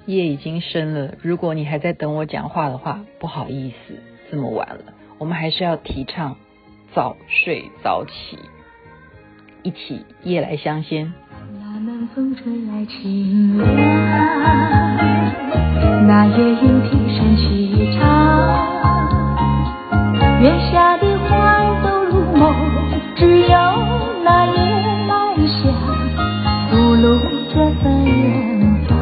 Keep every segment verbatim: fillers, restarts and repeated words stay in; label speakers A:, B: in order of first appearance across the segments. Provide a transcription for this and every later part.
A: 夜已经深了，如果你还在等我讲话的话，不好意思，这么晚了，我们还是要提倡早睡早起，一起夜来香仙。
B: 那南风吹来清凉，那夜莺啼声细唱，月下的花都入梦，只有那夜来香吐露着芬芳。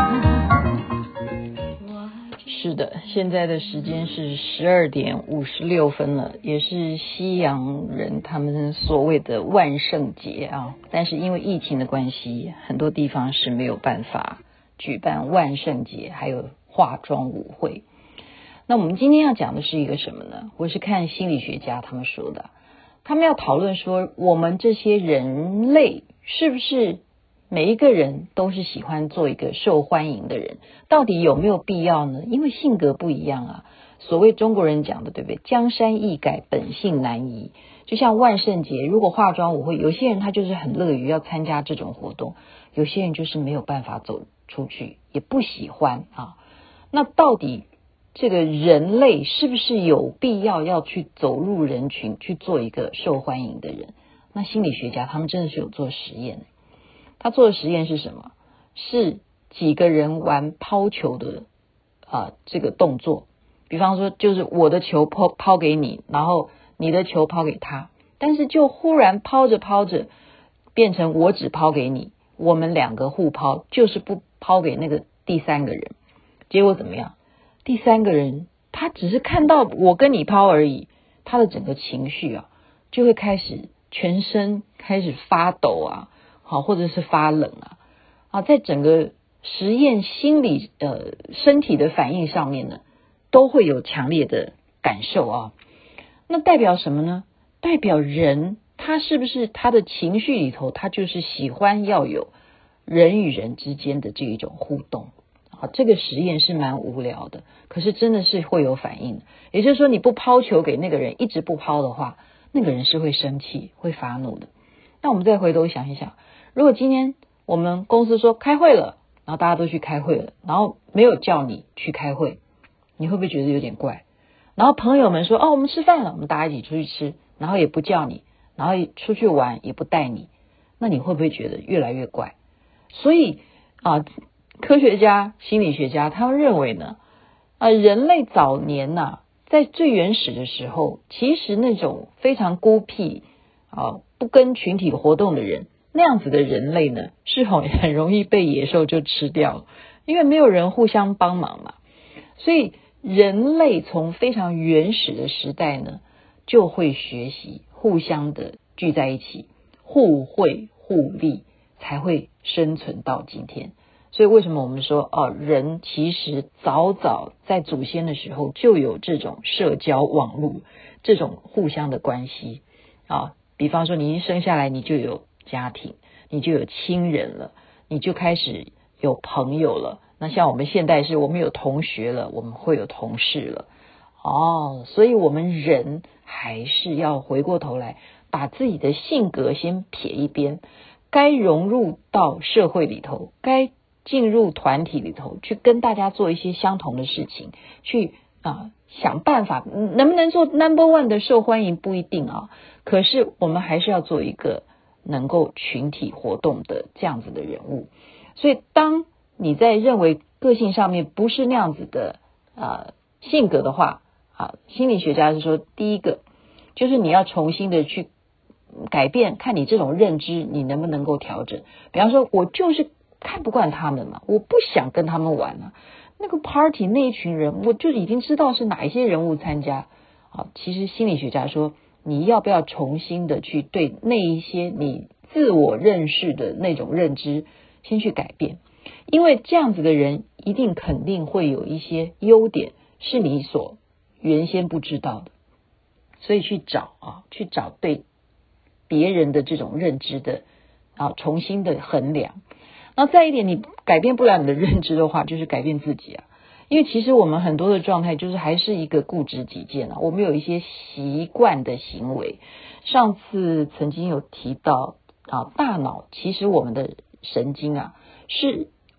A: 是的，现在的时间是十二点五十六分了，也是西洋人他们所谓的万圣节啊。但是因为疫情的关系，很多地方是没有办法举办万圣节还有化妆舞会。那我们今天要讲的是一个什么呢？我是看心理学家他们说的，他们要讨论说，我们这些人类是不是每一个人都是喜欢做一个受欢迎的人，到底有没有必要呢？因为性格不一样啊。所谓中国人讲的，对不对？江山易改，本性难移。就像万圣节，如果化妆舞会，有些人他就是很乐于要参加这种活动，有些人就是没有办法走出去，也不喜欢啊。那到底这个人类是不是有必要要去走入人群，去做一个受欢迎的人？那心理学家他们真的是有做实验。他做的实验是什么？是几个人玩抛球的啊这个动作，比方说就是我的球抛抛给你，然后你的球抛给他，但是就忽然抛着抛着变成我只抛给你，我们两个互抛，就是不抛给那个第三个人。结果怎么样？第三个人他只是看到我跟你抛而已，他的整个情绪啊就会开始全身开始发抖啊，好，或者是发冷啊，啊，在整个实验心理呃身体的反应上面呢，都会有强烈的感受啊。那代表什么呢？代表人他是不是他的情绪里头，他就是喜欢要有人与人之间的这一种互动啊。这个实验是蛮无聊的，可是真的是会有反应。也就是说，你不抛球给那个人，一直不抛的话，那个人是会生气、会发怒的。那我们再回头想一想，如果今天我们公司说开会了，然后大家都去开会了，然后没有叫你去开会，你会不会觉得有点怪？然后朋友们说哦，我们吃饭了，我们大家一起出去吃，然后也不叫你，然后出去玩也不带你，那你会不会觉得越来越怪？所以啊，科学家、心理学家他们认为呢，啊，人类早年呐、啊，在最原始的时候，其实那种非常孤僻啊，不跟群体活动的人，那样子的人类呢，是很很容易被野兽就吃掉，因为没有人互相帮忙嘛。所以人类从非常原始的时代呢，就会学习互相的聚在一起，互惠互利，才会生存到今天。所以为什么我们说哦，人其实早早在祖先的时候就有这种社交网络，这种互相的关系啊。比方说你一生下来你就有家庭，你就有亲人了，你就开始有朋友了。那像我们现代是我们有同学了，我们会有同事了。哦，所以我们人还是要回过头来，把自己的性格先撇一边，该融入到社会里头，该进入团体里头，去跟大家做一些相同的事情，去啊想办法，能不能做 number one 的受欢迎不一定啊，可是我们还是要做一个能够群体活动的这样子的人物。所以当你在认为个性上面不是那样子的呃性格的话啊，心理学家是说，第一个就是你要重新的去改变，看你这种认知你能不能够调整。比方说我就是看不惯他们嘛，我不想跟他们玩啊，那个 party 那一群人我就已经知道是哪一些人物参加啊。其实心理学家说，你要不要重新的去对那一些你自我认识的那种认知先去改变，因为这样子的人一定肯定会有一些优点是你所原先不知道的，所以去找啊，去找对别人的这种认知的啊，重新的衡量。然后再一点，你改变不了你的认知的话，就是改变自己啊。因为其实我们很多的状态就是还是一个固执己见啊，我们有一些习惯的行为。上次曾经有提到啊，大脑其实我们的神经啊是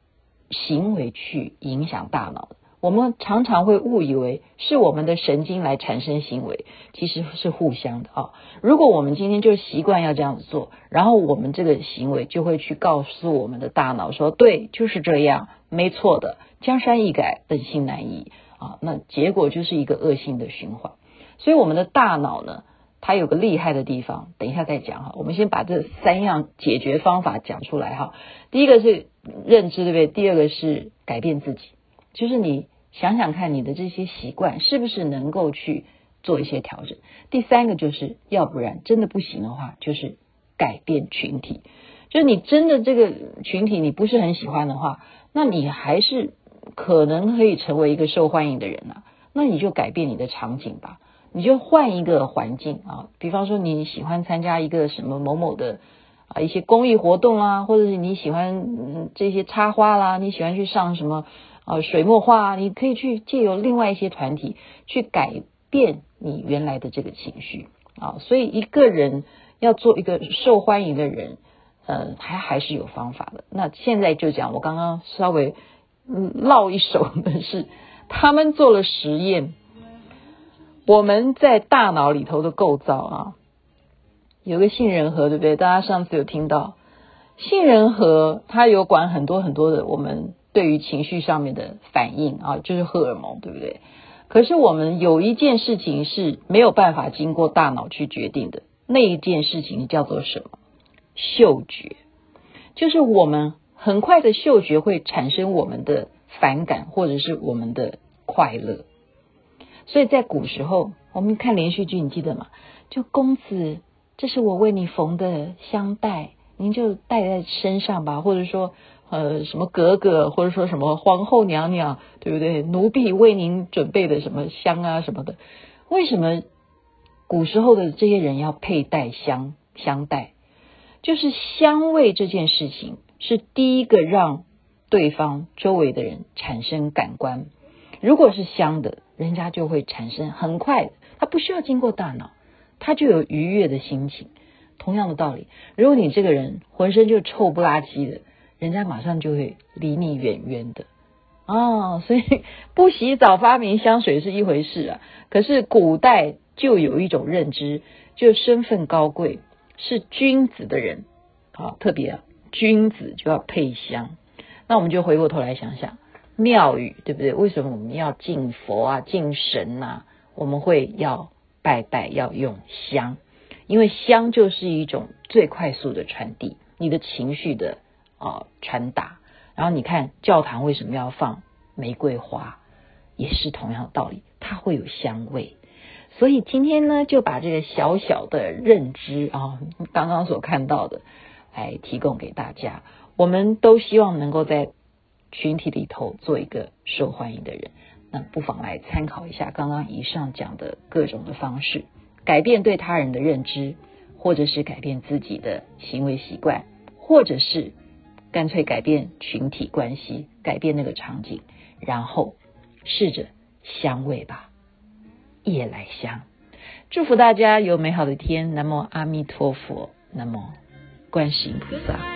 A: 行为去影响大脑的。我们常常会误以为是我们的神经来产生行为，其实是互相的啊。如果我们今天就习惯要这样子做，然后我们这个行为就会去告诉我们的大脑说，对，就是这样，没错的，江山易改，本性难移啊。那结果就是一个恶性的循环。所以我们的大脑呢，它有个厉害的地方，等一下再讲哈。我们先把这三样解决方法讲出来哈。第一个是认知，对不对？第二个是改变自己，就是你想想看你的这些习惯是不是能够去做一些调整。第三个就是要不然真的不行的话，就是改变群体。就是你真的这个群体你不是很喜欢的话，那你还是可能可以成为一个受欢迎的人啊，那你就改变你的场景吧，你就换一个环境啊。比方说你喜欢参加一个什么某某的啊一些公益活动啦，或者是你喜欢嗯这些插花啦，你喜欢去上什么啊水墨画，你可以去借由另外一些团体去改变你原来的这个情绪啊。所以一个人要做一个受欢迎的人，呃，还还是有方法的。那现在就讲我刚刚稍微唠一手的是，他们做了实验，我们在大脑里头的构造啊，有个杏仁核，对不对？大家上次有听到，杏仁核它有管很多很多的我们对于情绪上面的反应啊，就是荷尔蒙，对不对？可是我们有一件事情是没有办法经过大脑去决定的，那一件事情叫做什么？嗅觉。就是我们很快的嗅觉会产生我们的反感或者是我们的快乐。所以在古时候我们看连续剧，你记得吗？就公子，这是我为你缝的香袋，您就带在身上吧，或者说呃什么格格，或者说什么皇后娘娘，对不对？奴婢为您准备的什么香啊什么的。为什么古时候的这些人要佩戴香香袋？就是香味这件事情是第一个让对方周围的人产生感官。如果是香的，人家就会产生很快的，他不需要经过大脑，他就有愉悦的心情。同样的道理，如果你这个人浑身就臭不拉几的，人家马上就会离你远远的啊。所以不洗澡发明香水是一回事啊，可是古代就有一种认知，就身份高贵是君子的人啊，特别啊，君子就要配香。那我们就回过头来想想庙宇，对不对？为什么我们要敬佛啊敬神啊，我们会要拜拜要用香？因为香就是一种最快速的传递你的情绪的啊传达。然后你看教堂为什么要放玫瑰花，也是同样的道理，它会有香味。所以今天呢，就把这个小小的认知啊，刚刚所看到的来提供给大家。我们都希望能够在群体里头做一个受欢迎的人，那不妨来参考一下刚刚以上讲的各种的方式，改变对他人的认知，或者是改变自己的行为习惯，或者是干脆改变群体关系，改变那个场景，然后试着香味吧，夜来香。祝福大家有美好的天，南无阿弥陀佛，南无观世音菩萨。